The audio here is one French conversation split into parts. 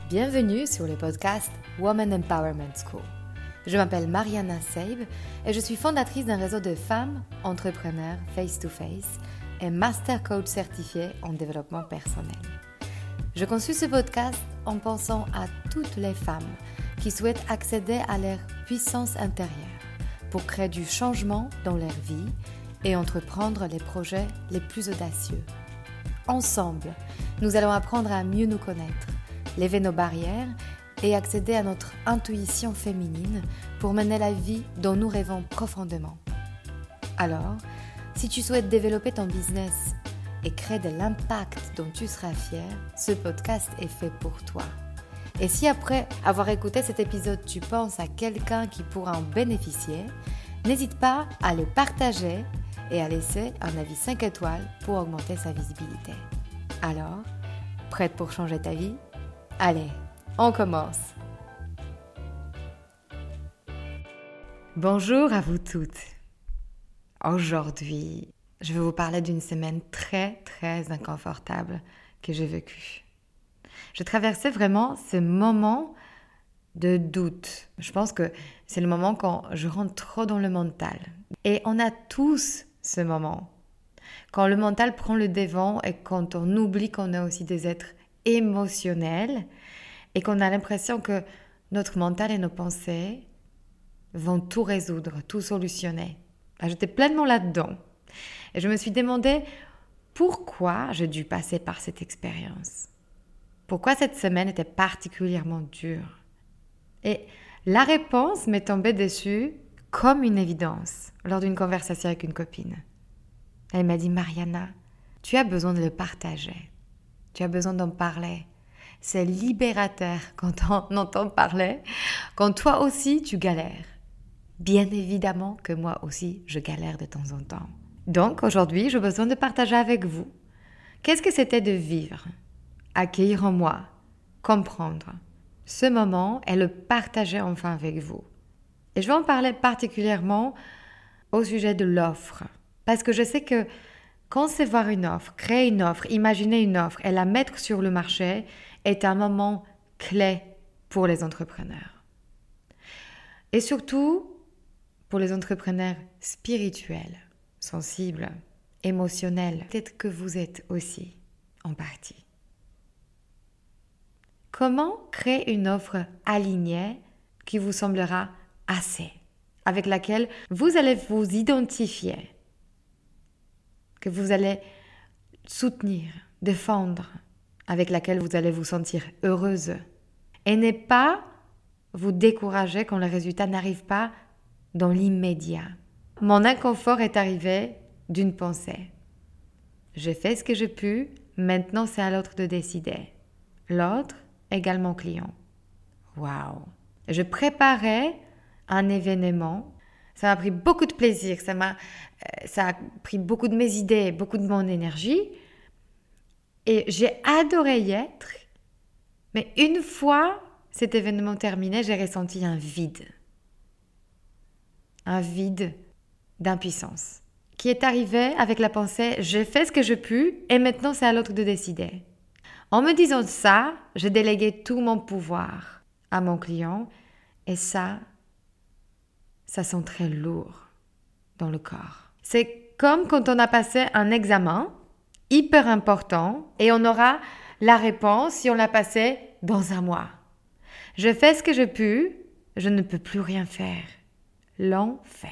Bienvenue sur le podcast Women Empowerment School. Je m'appelle Mariana Seib et je suis fondatrice d'un réseau de femmes entrepreneurs face-to-face et master coach certifié en développement personnel. Je conçus ce podcast en pensant à toutes les femmes qui souhaitent accéder à leur puissance intérieure pour créer du changement dans leur vie et entreprendre les projets les plus audacieux. Ensemble, nous allons apprendre à mieux nous connaître, lever nos barrières et accéder à notre intuition féminine pour mener la vie dont nous rêvons profondément. Alors, si tu souhaites développer ton business et créer de l'impact dont tu seras fier, ce podcast est fait pour toi. Et si après avoir écouté cet épisode, tu penses à quelqu'un qui pourra en bénéficier, n'hésite pas à le partager et à laisser un avis 5 étoiles pour augmenter sa visibilité. Alors, prête pour changer ta vie ? Allez, on commence. Bonjour à vous toutes. Aujourd'hui, je vais vous parler d'une semaine très inconfortable que j'ai vécue. Je traversais vraiment ce moment de doute. Je pense que c'est le moment quand je rentre trop dans le mental. Et on a tous ce moment. Quand le mental prend le devant et quand on oublie qu'on est aussi des êtres émotionnels et qu'on a l'impression que notre mental et nos pensées vont tout résoudre, tout solutionner. J'étais pleinement là-dedans. Et je me suis demandé pourquoi j'ai dû passer par cette expérience. Pourquoi cette semaine était particulièrement dure. Et la réponse m'est tombée dessus comme une évidence lors d'une conversation avec une copine. Elle m'a dit « Mariana, tu as besoin de le partager. Tu as besoin d'en parler. C'est libérateur quand on entend parler, quand toi aussi tu galères. Bien évidemment que moi aussi je galère de temps en temps. Donc aujourd'hui, j'ai besoin de partager avec vous. Qu'est-ce que c'était de vivre, accueillir en moi, comprendre ce moment et le partager enfin avec vous. Et je vais en parler particulièrement au sujet de l'offre. Parce que je sais que concevoir une offre, créer une offre, imaginer une offre et la mettre sur le marché est un moment clé pour les entrepreneurs. Et surtout pour les entrepreneurs spirituels, sensibles, émotionnels. Peut-être que vous êtes aussi en partie. Comment créer une offre alignée qui vous semblera assez, avec laquelle vous allez vous identifier, que vous allez soutenir, défendre, avec laquelle vous allez vous sentir heureuse. Et ne pas vous décourager quand le résultat n'arrive pas dans l'immédiat. Mon inconfort est arrivé d'une pensée. J'ai fait ce que j'ai pu, maintenant c'est à l'autre de décider. L'autre égale mon client. Waouh! Je préparais un événement. Ça m'a pris beaucoup de plaisir, ça a pris beaucoup de mes idées, beaucoup de mon énergie. Et j'ai adoré y être. Mais une fois cet événement terminé, j'ai ressenti un vide. Un vide d'impuissance. Qui est arrivé avec la pensée, j'ai fait ce que j'ai pu et maintenant c'est à l'autre de décider. En me disant ça, j'ai délégué tout mon pouvoir à mon client et ça sent très lourd dans le corps. C'est comme quand on a passé un examen hyper important et on aura la réponse si on l'a passé dans un mois. Je fais ce que je peux, je ne peux plus rien faire. L'enfer.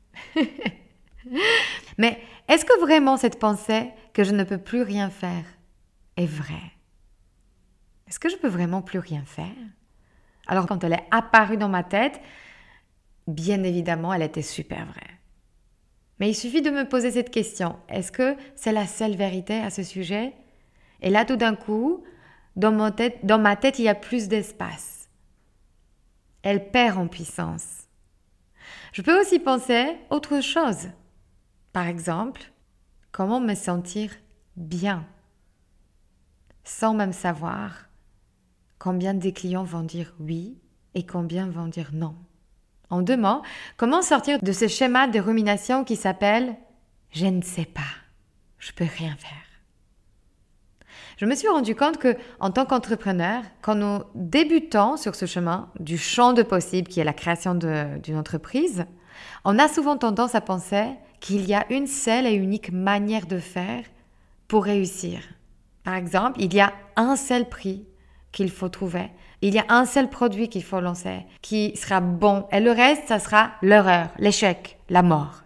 Mais est-ce que vraiment cette pensée que je ne peux plus rien faire est vraie? Est-ce que je peux vraiment plus rien faire? Alors quand elle est apparue dans ma tête, bien évidemment, elle était super vraie. Mais il suffit de me poser cette question. Est-ce que c'est la seule vérité à ce sujet? Et là, tout d'un coup, dans ma tête, il y a plus d'espace. Elle perd en puissance. Je peux aussi penser autre chose. Par exemple, comment me sentir bien? Sans même savoir combien des clients vont dire oui et combien vont dire non. En 2 mots, comment sortir de ce schéma de rumination qui s'appelle « je ne sais pas, je peux rien faire ». Je me suis rendu compte que, en tant qu'entrepreneur, quand nous débutons sur ce chemin du champ de possible qui est la création d'une entreprise, on a souvent tendance à penser qu'il y a une seule et unique manière de faire pour réussir. Par exemple, il y a un seul prix qu'il faut trouver. Il y a un seul produit qu'il faut lancer qui sera bon. Et le reste, ça sera l'erreur, l'échec, la mort.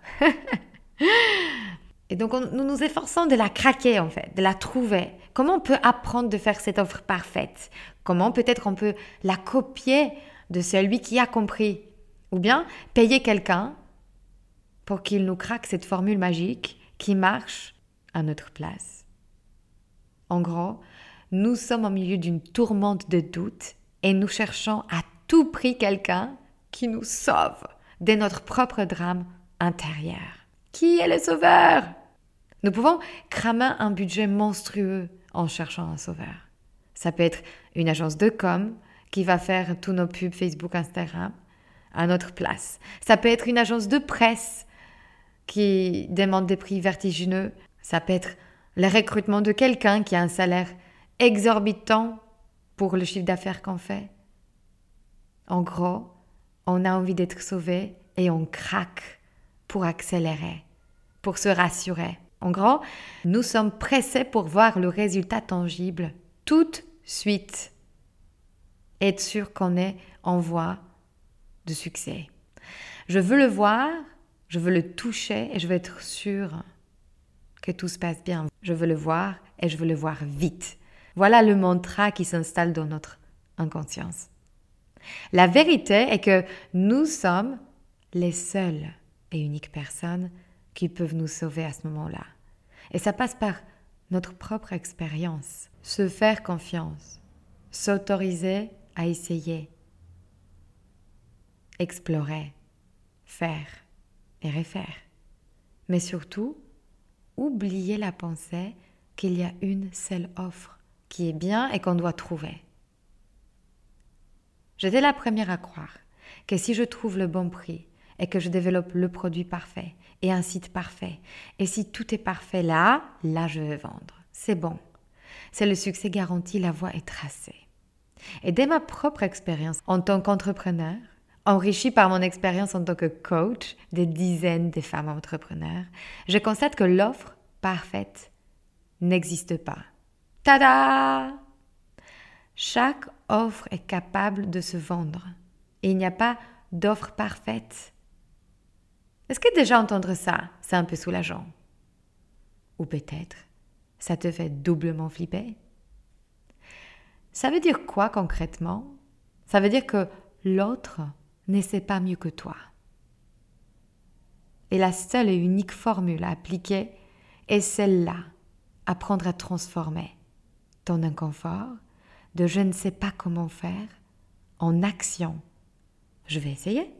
Et donc, nous nous efforçons de la craquer, en fait, de la trouver. Comment on peut apprendre de faire cette offre parfaite? Comment peut-être on peut la copier de celui qui a compris? Ou bien payer quelqu'un pour qu'il nous craque cette formule magique qui marche à notre place. En gros, nous sommes au milieu d'une tourmente de doutes et nous cherchons à tout prix quelqu'un qui nous sauve de notre propre drame intérieur. Qui est le sauveur? Nous pouvons cramer un budget monstrueux en cherchant un sauveur. Ça peut être une agence de com qui va faire tous nos pubs Facebook, Instagram à notre place. Ça peut être une agence de presse qui demande des prix vertigineux. Ça peut être le recrutement de quelqu'un qui a un salaire exorbitant pour le chiffre d'affaires qu'on fait. En gros, on a envie d'être sauvé et on craque pour accélérer, pour se rassurer. En gros, nous sommes pressés pour voir le résultat tangible tout de suite. Être sûr qu'on est en voie de succès. Je veux le voir, je veux le toucher et je veux être sûr que tout se passe bien. Je veux le voir et je veux le voir vite. Voilà le mantra qui s'installe dans notre inconscience. La vérité est que nous sommes les seules et uniques personnes qui peuvent nous sauver à ce moment-là. Et ça passe par notre propre expérience, se faire confiance, s'autoriser à essayer, explorer, faire et refaire. Mais surtout, oublier la pensée qu'il y a une seule offre qui est bien et qu'on doit trouver. J'étais la première à croire que si je trouve le bon prix et que je développe le produit parfait et un site parfait, et si tout est parfait là je vais vendre. C'est bon. C'est le succès garanti, la voie est tracée. Et dès ma propre expérience en tant qu'entrepreneur, enrichie par mon expérience en tant que coach des dizaines de femmes entrepreneurs, je constate que l'offre parfaite n'existe pas. Tada! Chaque offre est capable de se vendre et il n'y a pas d'offre parfaite. Est-ce que déjà entendre ça, c'est un peu soulageant? Ou peut-être, ça te fait doublement flipper? Ça veut dire quoi concrètement? Ça veut dire que l'autre ne sait pas mieux que toi. Et la seule et unique formule à appliquer est celle-là, apprendre à transformer ton inconfort de je ne sais pas comment faire en action. Je vais essayer.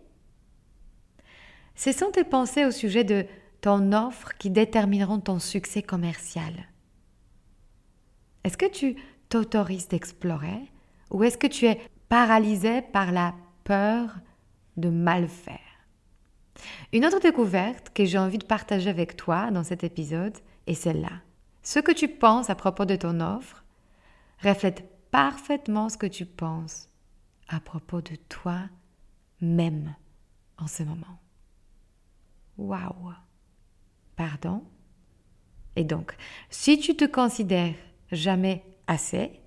Ce sont tes pensées au sujet de ton offre qui détermineront ton succès commercial. Est-ce que tu t'autorises d'explorer ou est-ce que tu es paralysé par la peur de mal faire? Une autre découverte que j'ai envie de partager avec toi dans cet épisode est celle-là. Ce que tu penses à propos de ton offre reflète parfaitement ce que tu penses à propos de toi-même en ce moment. Waouh! Pardon? Et donc, si tu te considères jamais assez,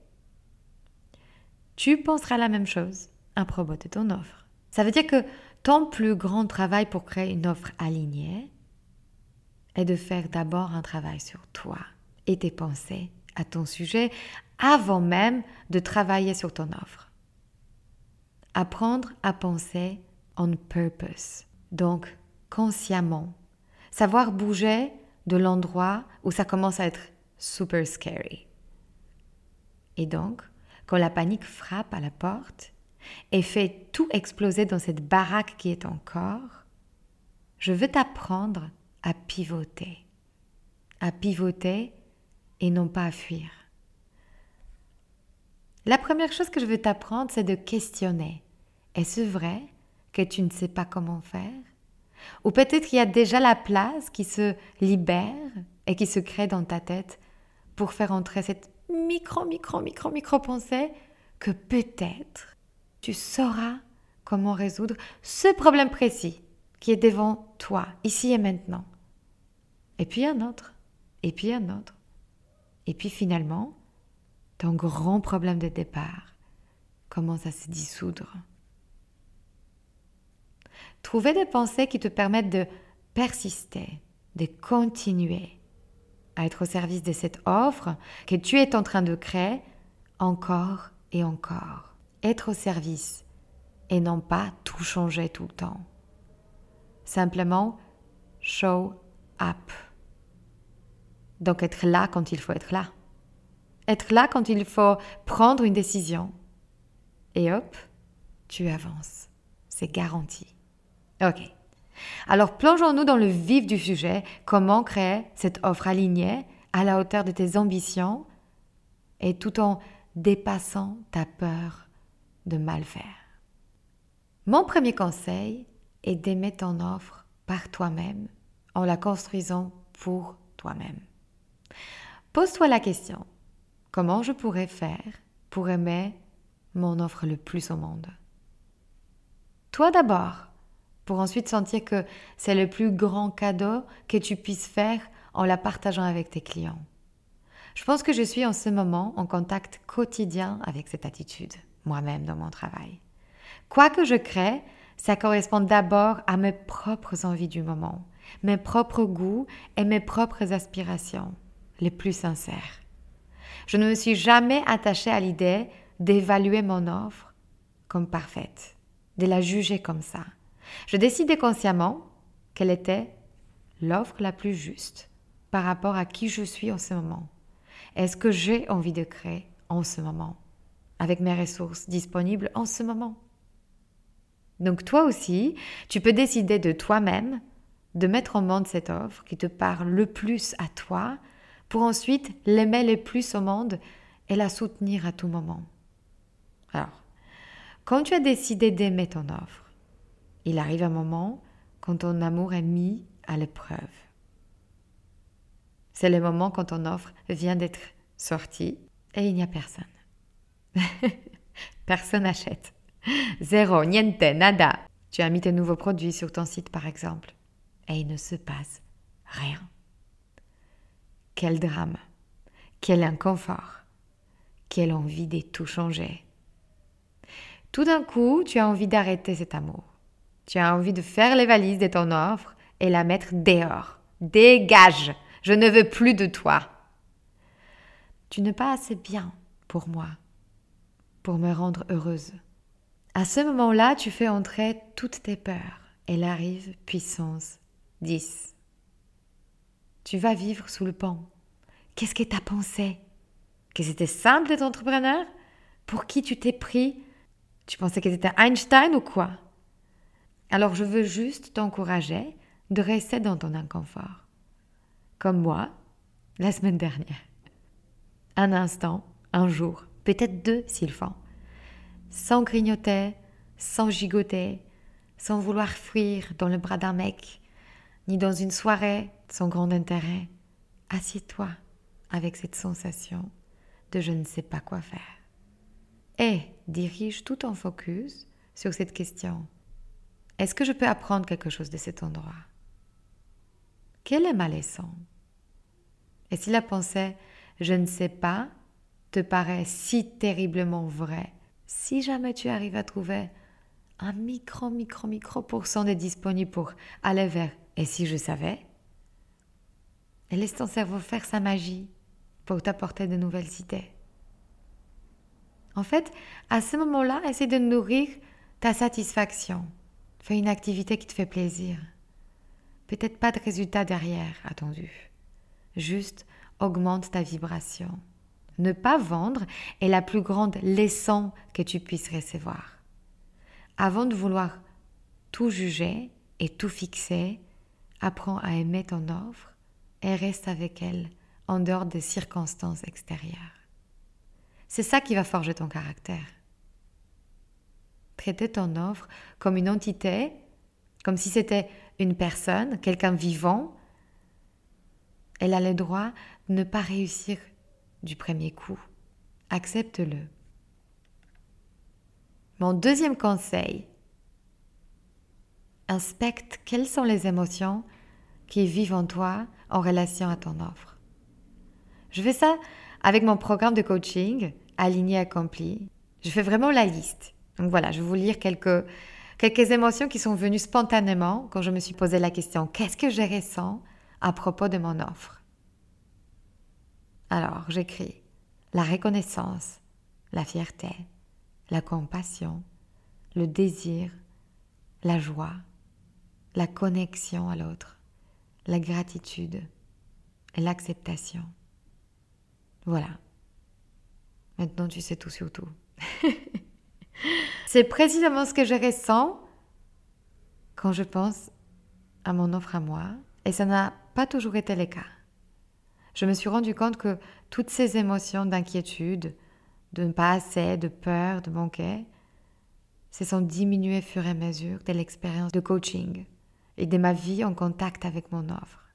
tu penseras la même chose à propos de ton offre. Ça veut dire que ton plus grand travail pour créer une offre alignée est de faire d'abord un travail sur toi et tes pensées à ton sujet avant même de travailler sur ton offre. Apprendre à penser on purpose, donc consciemment. Savoir bouger de l'endroit où ça commence à être super scary. Et donc, quand la panique frappe à la porte et fait tout exploser dans cette baraque qui est ton corps, je veux t'apprendre à pivoter. À pivoter et non pas à fuir. La première chose que je veux t'apprendre, c'est de questionner. Est-ce vrai que tu ne sais pas comment faire? Ou peut-être qu'il y a déjà la place qui se libère et qui se crée dans ta tête pour faire entrer cette micro pensée que peut-être tu sauras comment résoudre ce problème précis qui est devant toi, ici et maintenant. Et puis un autre, et puis un autre. Et puis finalement, ton grand problème de départ commence à se dissoudre. Trouver des pensées qui te permettent de persister, de continuer à être au service de cette offre que tu es en train de créer encore et encore. Être au service et non pas tout changer tout le temps. Simplement, show up. Donc être là quand il faut être là. Être là quand il faut prendre une décision. Et hop, tu avances. C'est garanti. Ok. Alors plongeons-nous dans le vif du sujet. Comment créer cette offre alignée à la hauteur de tes ambitions et tout en dépassant ta peur de mal faire. Mon premier conseil est d'aimer ton offre par toi-même en la construisant pour toi-même. Pose-toi la question, comment je pourrais faire pour aimer mon offre le plus au monde? Toi d'abord, pour ensuite sentir que c'est le plus grand cadeau que tu puisses faire en la partageant avec tes clients. Je pense que je suis en ce moment en contact quotidien avec cette attitude, moi-même dans mon travail. Quoi que je crée, ça correspond d'abord à mes propres envies du moment, mes propres goûts et mes propres aspirations, les plus sincères. Je ne me suis jamais attachée à l'idée d'évaluer mon offre comme parfaite, de la juger comme ça. Je décidais consciemment quelle était l'offre la plus juste par rapport à qui je suis en ce moment. Est-ce que j'ai envie de créer en ce moment, avec mes ressources disponibles en ce moment? Donc toi aussi, tu peux décider de toi-même de mettre au monde cette offre qui te parle le plus à toi pour ensuite l'aimer le plus au monde et la soutenir à tout moment. Alors, quand tu as décidé d'aimer ton offre, il arrive un moment quand ton amour est mis à l'épreuve. C'est le moment quand ton offre vient d'être sortie et il n'y a personne. Personne n'achète. Zéro, niente, nada. Tu as mis tes nouveaux produits sur ton site par exemple et il ne se passe rien. Quel drame, quel inconfort, quelle envie de tout changer. Tout d'un coup, tu as envie d'arrêter cet amour. Tu as envie de faire les valises de ton offre et la mettre dehors. Dégage! Je ne veux plus de toi. Tu n'es pas assez bien pour moi, pour me rendre heureuse. À ce moment-là, tu fais entrer toutes tes peurs. Elle arrive puissance 10. Tu vas vivre sous le pont. Qu'est-ce que tu as pensé? Que c'était simple d'être entrepreneur? Pour qui tu t'es pris? Tu pensais que c'était Einstein ou quoi? Alors je veux juste t'encourager de rester dans ton inconfort. Comme moi, la semaine dernière. Un instant, un jour, peut-être 2 s'il faut. Sans grignoter, sans gigoter, sans vouloir fuir dans le bras d'un mec, ni dans une soirée sans grand intérêt. Assieds-toi avec cette sensation de je ne sais pas quoi faire. Et dirige tout ton focus sur cette question. Est-ce que je peux apprendre quelque chose de cet endroit? Quelle est ma leçon? Et si la pensée « je ne sais pas » te paraît si terriblement vraie, si jamais tu arrives à trouver un micro % de disponible pour aller vers « et si je savais ?» et laisse ton cerveau faire sa magie pour t'apporter de nouvelles idées. En fait, à ce moment-là, essaie de nourrir ta satisfaction. Fais une activité qui te fait plaisir. Peut-être pas de résultat derrière attendu. Juste augmente ta vibration. Ne pas vendre est la plus grande leçon que tu puisses recevoir. Avant de vouloir tout juger et tout fixer, apprends à aimer ton offre et reste avec elle en dehors des circonstances extérieures. C'est ça qui va forger ton caractère. Traiter ton offre comme une entité, comme si c'était une personne, quelqu'un vivant. Elle a le droit de ne pas réussir du premier coup. Accepte-le. Mon deuxième conseil, inspecte quelles sont les émotions qui vivent en toi en relation à ton offre. Je fais ça avec mon programme de coaching, Aligné Accompli. Je fais vraiment la liste. Donc voilà, je vais vous lire quelques émotions qui sont venues spontanément quand je me suis posé la question « Qu'est-ce que je ressens à propos de mon offre ?» Alors, j'écris la reconnaissance, la fierté, la compassion, le désir, la joie, la connexion à l'autre, la gratitude et l'acceptation. Voilà. Maintenant, tu sais tout sur tout. C'est précisément ce que je ressens quand je pense à mon offre à moi, et ça n'a pas toujours été le cas. Je me suis rendu compte que toutes ces émotions d'inquiétude, de ne pas assez, de peur, de manquer, se sont diminuées au fur et à mesure de l'expérience de coaching et de ma vie en contact avec mon offre.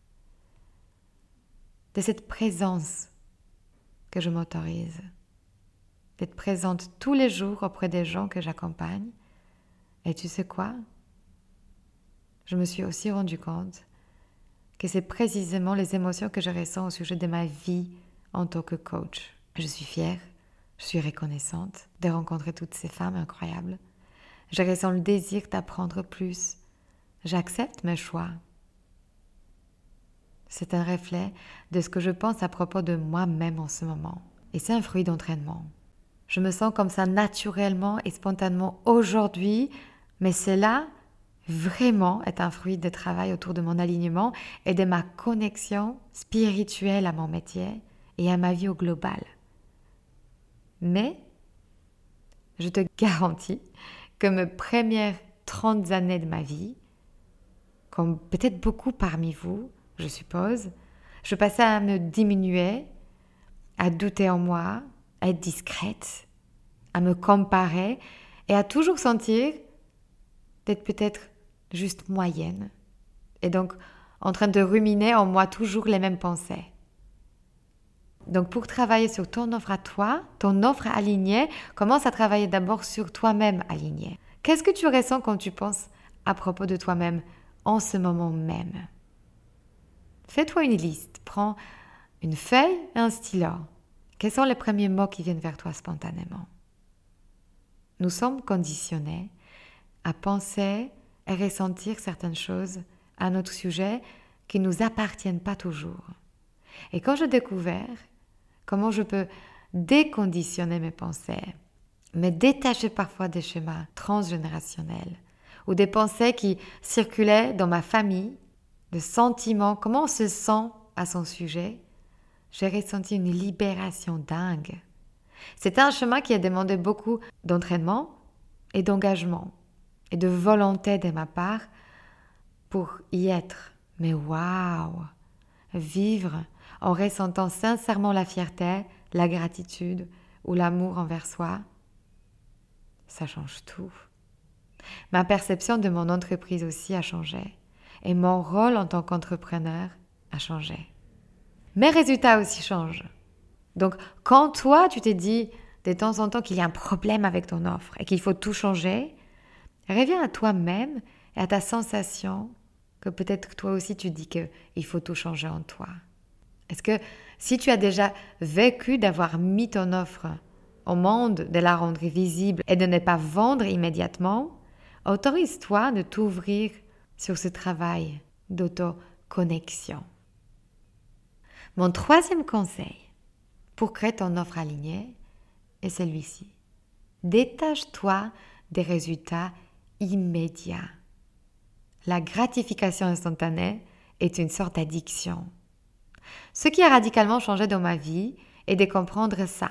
De cette présence que je m'autorise, d'être présente tous les jours auprès des gens que j'accompagne. Et tu sais quoi? Je me suis aussi rendu compte que c'est précisément les émotions que je ressens au sujet de ma vie en tant que coach. Je suis fière, je suis reconnaissante de rencontrer toutes ces femmes incroyables. Je ressens le désir d'apprendre plus. J'accepte mes choix. C'est un reflet de ce que je pense à propos de moi-même en ce moment. Et c'est un fruit d'entraînement. Je me sens comme ça naturellement et spontanément aujourd'hui, mais cela vraiment est un fruit de travail autour de mon alignement et de ma connexion spirituelle à mon métier et à ma vie au global. Mais je te garantis que mes premières 30 années de ma vie, comme peut-être beaucoup parmi vous, je suppose, je passais à me diminuer, à douter en moi, à être discrète, à me comparer et à toujours sentir d'être peut-être juste moyenne. Et donc, en train de ruminer en moi toujours les mêmes pensées. Donc, pour travailler sur ton offre à toi, ton offre alignée, commence à travailler d'abord sur toi-même aligné. Qu'est-ce que tu ressens quand tu penses à propos de toi-même en ce moment même? Fais-toi une liste. Prends une feuille et un stylo. Quels sont les premiers mots qui viennent vers toi spontanément? Nous sommes conditionnés à penser et ressentir certaines choses à notre sujet qui ne nous appartiennent pas toujours. Et quand j'ai découvert comment je peux déconditionner mes pensées, me détacher parfois des schémas transgénérationnels ou des pensées qui circulaient dans ma famille, de sentiments, comment on se sent à son sujet, j'ai ressenti une libération dingue. C'était un chemin qui a demandé beaucoup d'entraînement et d'engagement et de volonté de ma part pour y être. Mais waouh! Vivre en ressentant sincèrement la fierté, la gratitude ou l'amour envers soi, ça change tout. Ma perception de mon entreprise aussi a changé et mon rôle en tant qu'entrepreneur a changé. Mes résultats aussi changent. Donc, quand toi, tu t'es dit de temps en temps qu'il y a un problème avec ton offre et qu'il faut tout changer, reviens à toi-même et à ta sensation que peut-être toi aussi tu dis qu'il faut tout changer en toi. Est-ce que si tu as déjà vécu d'avoir mis ton offre au monde, de la rendre visible et de ne pas vendre immédiatement, autorise-toi de t'ouvrir sur ce travail d'autoconnexion. Mon troisième conseil pour créer ton offre alignée est celui-ci. Détache-toi des résultats immédiats. La gratification instantanée est une sorte d'addiction. Ce qui a radicalement changé dans ma vie est de comprendre ça.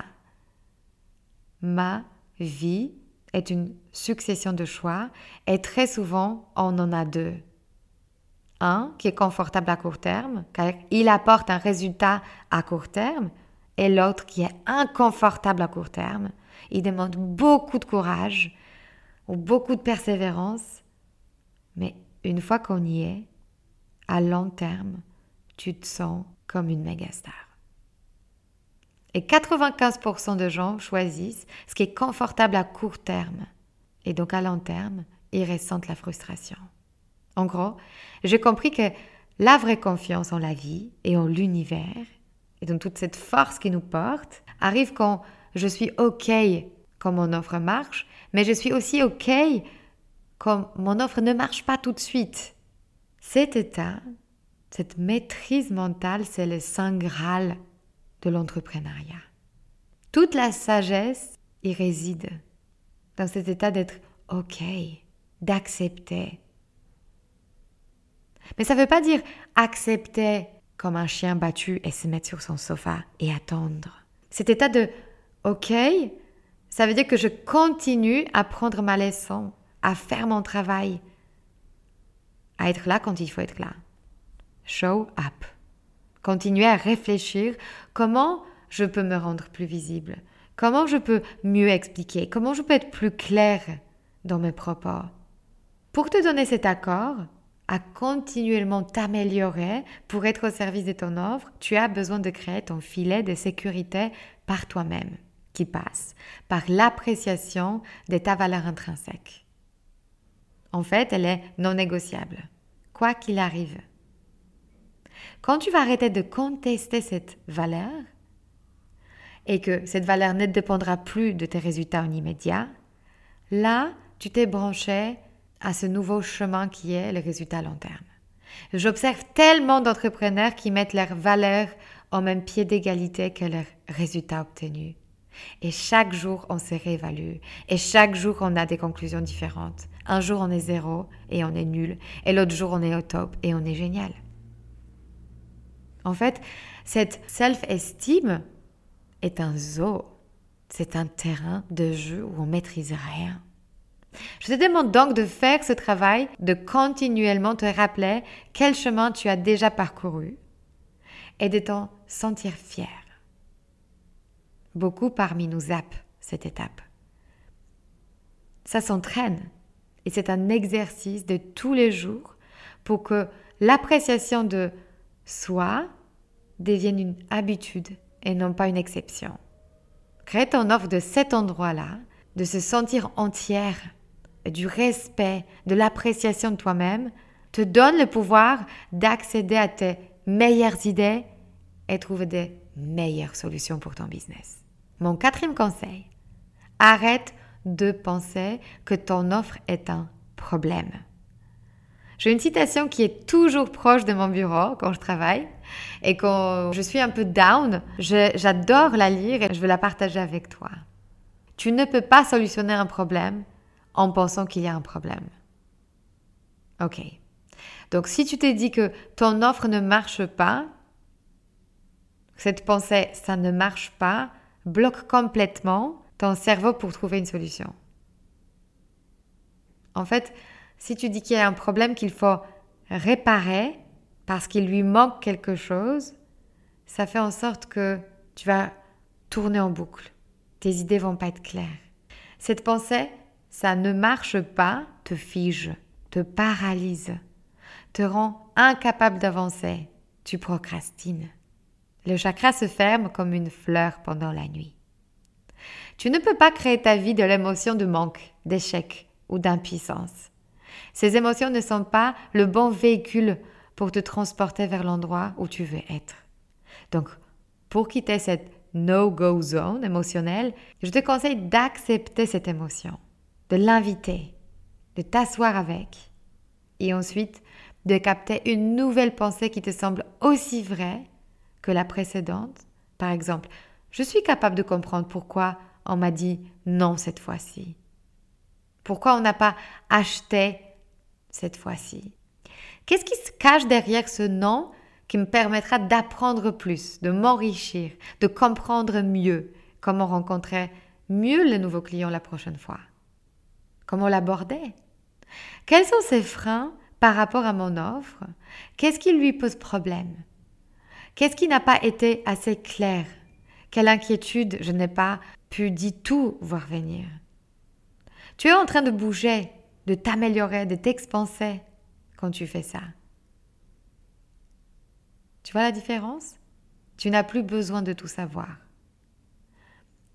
Ma vie est une succession de choix et très souvent on en a deux. Un qui est confortable à court terme car il apporte un résultat à court terme et l'autre qui est inconfortable à court terme. Il demande beaucoup de courage ou beaucoup de persévérance, mais une fois qu'on y est, à long terme, tu te sens comme une méga star. Et 95% de gens choisissent ce qui est confortable à court terme. Et donc à long terme, ils ressentent la frustration. En gros, j'ai compris que la vraie confiance en la vie et en l'univers, et donc toute cette force qui nous porte, arrive quand je suis OK quand mon offre marche, mais je suis aussi OK quand mon offre ne marche pas tout de suite. Cet état, cette maîtrise mentale, c'est le saint graal de l'entrepreneuriat. Toute la sagesse y réside dans cet état d'être OK, d'accepter. Mais ça ne veut pas dire accepter comme un chien battu et se mettre sur son sofa et attendre. Cet état de OK, ça veut dire que je continue à prendre ma leçon, à faire mon travail, à être là quand il faut être là. Show up. Continuer à réfléchir comment je peux me rendre plus visible, comment je peux mieux expliquer, comment je peux être plus claire dans mes propos. Pour te donner cet accord, à continuellement t'améliorer pour être au service de ton offre, tu as besoin de créer ton filet de sécurité par toi-même, qui passe par l'appréciation de ta valeur intrinsèque. En fait, elle est non négociable, quoi qu'il arrive. Quand tu vas arrêter de contester cette valeur et que cette valeur ne dépendra plus de tes résultats en immédiat, là, tu t'es branché à ce nouveau chemin qui est le résultat à long terme. J'observe tellement d'entrepreneurs qui mettent leurs valeurs au même pied d'égalité que leurs résultats obtenus. Et chaque jour, on se réévalue. Et chaque jour, on a des conclusions différentes. Un jour, on est 0 et on est nul. Et l'autre jour, on est au top et on est génial. En fait, cette self-esteem est un zoo. C'est un terrain de jeu où on ne maîtrise rien. Je te demande donc de faire ce travail, de continuellement te rappeler quel chemin tu as déjà parcouru et de t'en sentir fier. Beaucoup parmi nous zappent cette étape. Ça s'entraîne et c'est un exercice de tous les jours pour que l'appréciation de soi devienne une habitude et non pas une exception. Crée ton offre de cet endroit-là, de se sentir entière, du respect, de l'appréciation de toi-même, te donne le pouvoir d'accéder à tes meilleures idées et trouver des meilleures solutions pour ton business. Mon 4e conseil, arrête de penser que ton offre est un problème. J'ai une citation qui est toujours proche de mon bureau quand je travaille et quand je suis un peu down, j'adore la lire et je veux la partager avec toi. Tu ne peux pas solutionner un problème en pensant qu'il y a un problème. Ok. Donc si tu t'es dit que ton offre ne marche pas, cette pensée « ça ne marche pas » bloque complètement ton cerveau pour trouver une solution. En fait, si tu dis qu'il y a un problème qu'il faut réparer parce qu'il lui manque quelque chose, ça fait en sorte que tu vas tourner en boucle. Tes idées vont pas être claires. Cette pensée, ça ne marche pas, te fige, te paralyse, te rend incapable d'avancer. Tu procrastines. Le chakra se ferme comme une fleur pendant la nuit. Tu ne peux pas créer ta vie de l'émotion de manque, d'échec ou d'impuissance. Ces émotions ne sont pas le bon véhicule pour te transporter vers l'endroit où tu veux être. Donc, pour quitter cette no-go zone émotionnelle, je te conseille d'accepter cette émotion, de l'inviter, de t'asseoir avec et ensuite de capter une nouvelle pensée qui te semble aussi vraie que la précédente. Par exemple, je suis capable de comprendre pourquoi on m'a dit non cette fois-ci. Pourquoi on n'a pas acheté cette fois-ci? Qu'est-ce qui se cache derrière ce non qui me permettra d'apprendre plus, de m'enrichir, de comprendre mieux comment rencontrer mieux le nouveau client la prochaine fois? Comment l'aborder? Quels sont ses freins par rapport à mon offre? Qu'est-ce qui lui pose problème? Qu'est-ce qui n'a pas été assez clair? Quelle inquiétude je n'ai pas pu du tout voir venir? Tu es en train de bouger, de t'améliorer, de t'expanser quand tu fais ça. Tu vois la différence? Tu n'as plus besoin de tout savoir.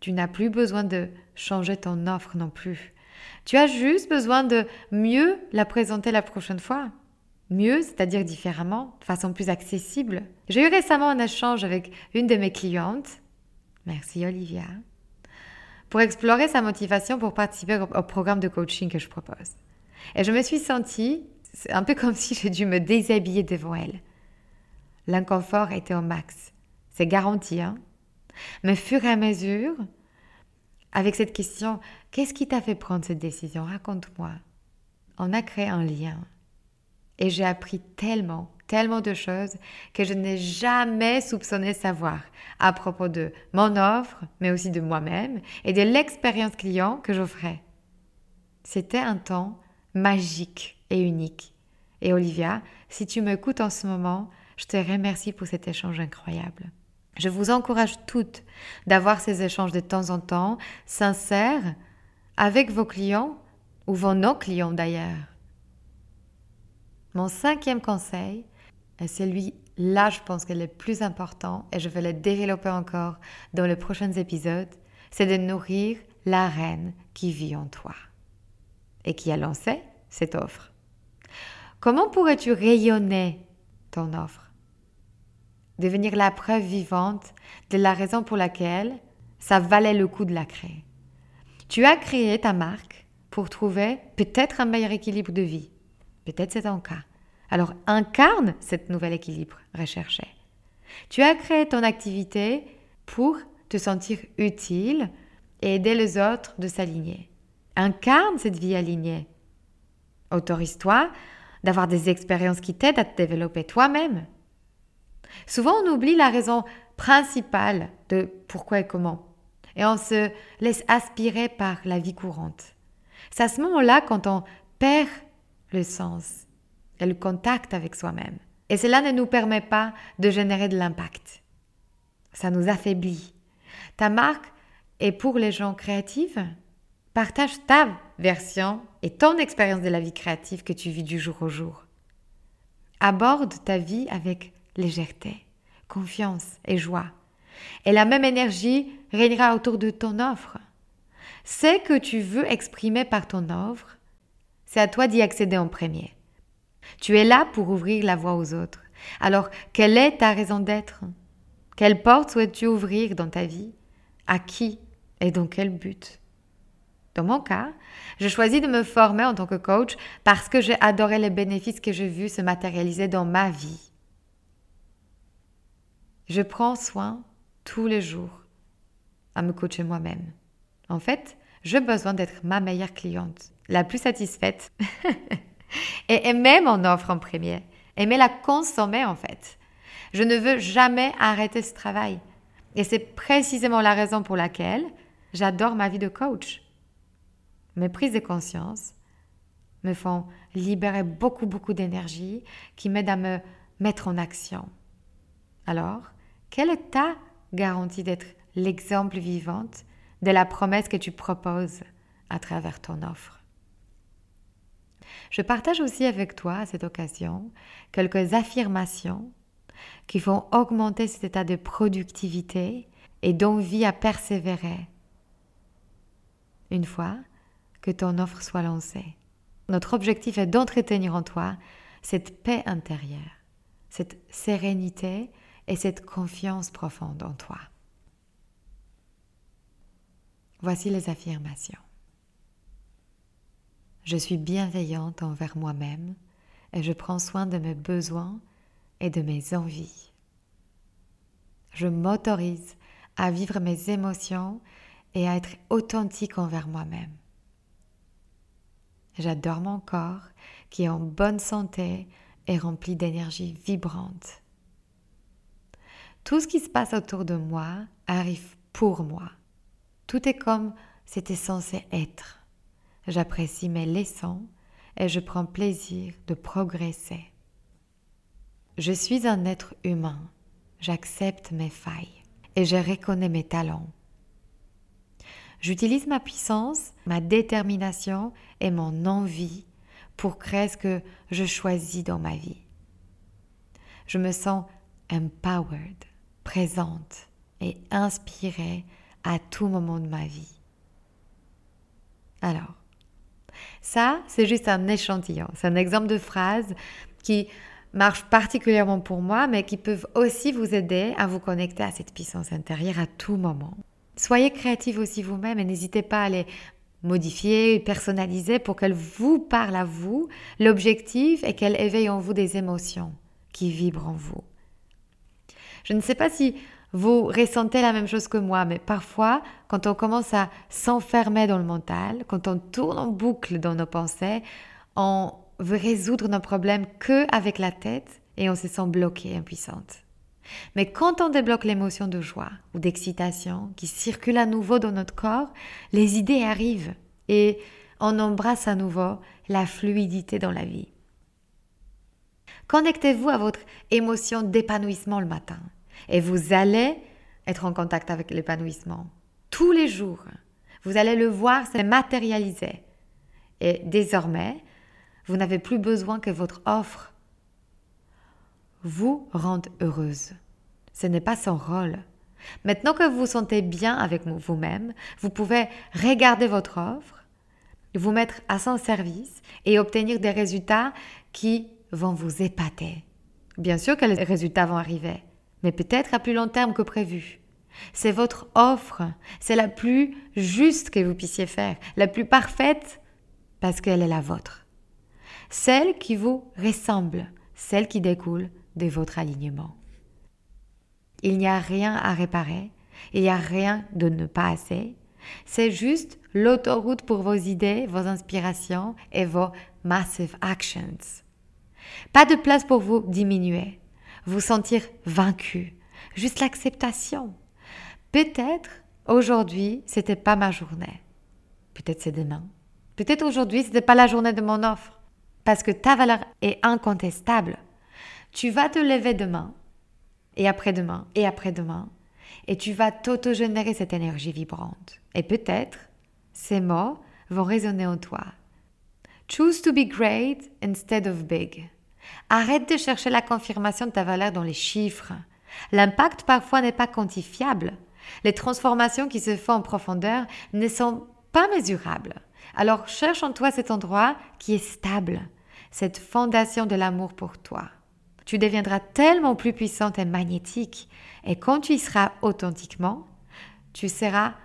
Tu n'as plus besoin de changer ton offre non plus. Tu as juste besoin de mieux la présenter la prochaine fois. Mieux, c'est-à-dire différemment, de façon plus accessible. J'ai eu récemment un échange avec une de mes clientes, merci Olivia, pour explorer sa motivation pour participer au programme de coaching que je propose. Et je me suis sentie, c'est un peu comme si j'ai dû me déshabiller devant elle. L'inconfort était au max. C'est garanti, hein? Mais fur et à mesure, avec cette question, qu'est-ce qui t'a fait prendre cette décision? Raconte-moi. On a créé un lien. Et j'ai appris tellement de choses que je n'ai jamais soupçonné savoir à propos de mon offre, mais aussi de moi-même et de l'expérience client que j'offrais. C'était un temps magique et unique. Et Olivia, si tu m'écoutes en ce moment, je te remercie pour cet échange incroyable. Je vous encourage toutes d'avoir ces échanges de temps en temps, sincères, avec vos clients ou vos non-clients d'ailleurs. Mon 5e conseil, et celui-là je pense que le plus important et je vais le développer encore dans les prochains épisodes, c'est de nourrir la reine qui vit en toi et qui a lancé cette offre. Comment pourrais-tu rayonner ton offre? Devenir la preuve vivante de la raison pour laquelle ça valait le coup de la créer. Tu as créé ta marque pour trouver peut-être un meilleur équilibre de vie. Peut-être c'est ton cas. Alors incarne cet nouvel équilibre recherché. Tu as créé ton activité pour te sentir utile et aider les autres de s'aligner. Incarne cette vie alignée. Autorise-toi d'avoir des expériences qui t'aident à te développer toi-même. Souvent, on oublie la raison principale de pourquoi et comment. Et on se laisse aspirer par la vie courante. C'est à ce moment-là quand on perd le sens et le contact avec soi-même. Et cela ne nous permet pas de générer de l'impact. Ça nous affaiblit. Ta marque est pour les gens créatifs. Partage ta version et ton expérience de la vie créative que tu vis du jour au jour. Aborde ta vie avec légèreté, confiance et joie. Et la même énergie régnera autour de ton offre. Ce que tu veux exprimer par ton offre, c'est à toi d'y accéder en premier. Tu es là pour ouvrir la voie aux autres. Alors, quelle est ta raison d'être? Quelle porte souhaites-tu ouvrir dans ta vie? À qui et dans quel but? Dans mon cas, je choisis de me former en tant que coach parce que j'ai adoré les bénéfices que j'ai vus se matérialiser dans ma vie. Je prends soin tous les jours à me coacher moi-même. En fait, j'ai besoin d'être ma meilleure cliente, la plus satisfaite et aimer mon offre en premier, aimer la consommer en fait. Je ne veux jamais arrêter ce travail et c'est précisément la raison pour laquelle j'adore ma vie de coach. Mes prises de conscience me font libérer beaucoup d'énergie qui m'aide à me mettre en action. Alors, quelle est ta garantie d'être l'exemple vivante de la promesse que tu proposes à travers ton offre? Je partage aussi avec toi à cette occasion quelques affirmations qui vont augmenter cet état de productivité et d'envie à persévérer une fois que ton offre soit lancée. Notre objectif est d'entretenir en toi cette paix intérieure, cette sérénité et cette confiance profonde en toi. Voici les affirmations. Je suis bienveillante envers moi-même et je prends soin de mes besoins et de mes envies. Je m'autorise à vivre mes émotions et à être authentique envers moi-même. J'adore mon corps qui est en bonne santé et rempli d'énergie vibrante. Tout ce qui se passe autour de moi arrive pour moi. Tout est comme c'était censé être. J'apprécie mes leçons et je prends plaisir de progresser. Je suis un être humain. J'accepte mes failles et je reconnais mes talents. J'utilise ma puissance, ma détermination et mon envie pour créer ce que je choisis dans ma vie. Je me sens empowered, présente et inspirée à tout moment de ma vie. Alors, ça, c'est juste un échantillon. C'est un exemple de phrase qui marche particulièrement pour moi, mais qui peuvent aussi vous aider à vous connecter à cette puissance intérieure à tout moment. Soyez créatifs aussi vous-même et n'hésitez pas à les modifier, personnaliser pour qu'elles vous parlent à vous. L'objectif est qu'elles éveillent en vous des émotions qui vibrent en vous. Je ne sais pas si vous ressentez la même chose que moi, mais parfois, quand on commence à s'enfermer dans le mental, quand on tourne en boucle dans nos pensées, on veut résoudre nos problèmes qu'avec la tête et on se sent bloqué, impuissante. Mais quand on débloque l'émotion de joie ou d'excitation qui circule à nouveau dans notre corps, les idées arrivent et on embrasse à nouveau la fluidité dans la vie. Connectez-vous à votre émotion d'épanouissement le matin et vous allez être en contact avec l'épanouissement. Tous les jours, vous allez le voir se matérialiser. Et désormais, vous n'avez plus besoin que votre offre vous rende heureuse. Ce n'est pas son rôle. Maintenant que vous vous sentez bien avec vous-même, vous pouvez regarder votre offre, vous mettre à son service et obtenir des résultats qui vont vous épater. Bien sûr que les résultats vont arriver, mais peut-être à plus long terme que prévu. C'est votre offre, c'est la plus juste que vous puissiez faire, la plus parfaite parce qu'elle est la vôtre. Celle qui vous ressemble, celle qui découle de votre alignement. Il n'y a rien à réparer, il n'y a rien de ne pas assez. C'est juste l'autoroute pour vos idées, vos inspirations et vos massive actions. Pas de place pour vous diminuer, vous sentir vaincu, juste l'acceptation. Peut-être aujourd'hui, c'était pas ma journée. Peut-être c'est demain. Peut-être aujourd'hui, c'était pas la journée de mon offre. Parce que ta valeur est incontestable. Tu vas te lever demain, et après-demain, et après-demain, et tu vas t'auto-générer cette énergie vibrante. Et peut-être, ces mots vont résonner en toi. Choose to be great instead of big. Arrête de chercher la confirmation de ta valeur dans les chiffres. L'impact parfois n'est pas quantifiable. Les transformations qui se font en profondeur ne sont pas mesurables. Alors cherche en toi cet endroit qui est stable, cette fondation de l'amour pour toi. Tu deviendras tellement plus puissante et magnétique et quand tu y seras authentiquement, tu seras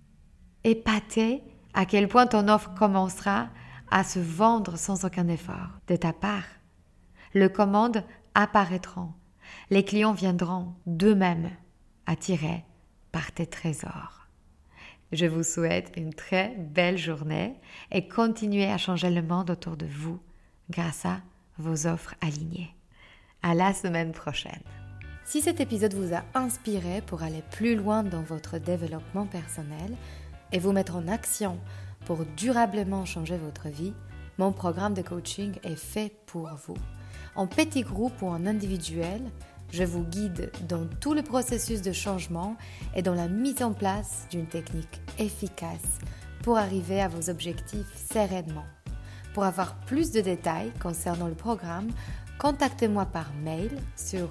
épaté à quel point ton offre commencera à se vendre sans aucun effort de ta part. Les commandes apparaîtront, les clients viendront d'eux-mêmes attirés par tes trésors. Je vous souhaite une très belle journée et continuez à changer le monde autour de vous grâce à vos offres alignées. À la semaine prochaine. Si cet épisode vous a inspiré pour aller plus loin dans votre développement personnel et vous mettre en action pour durablement changer votre vie, mon programme de coaching est fait pour vous. En petit groupe ou en individuel, je vous guide dans tout le processus de changement et dans la mise en place d'une technique efficace pour arriver à vos objectifs sereinement. Pour avoir plus de détails concernant le programme, contactez-moi par mail sur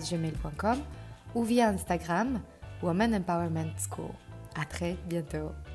womanempowermentschool@gmail.com ou via Instagram Woman Empowerment School. À très bientôt.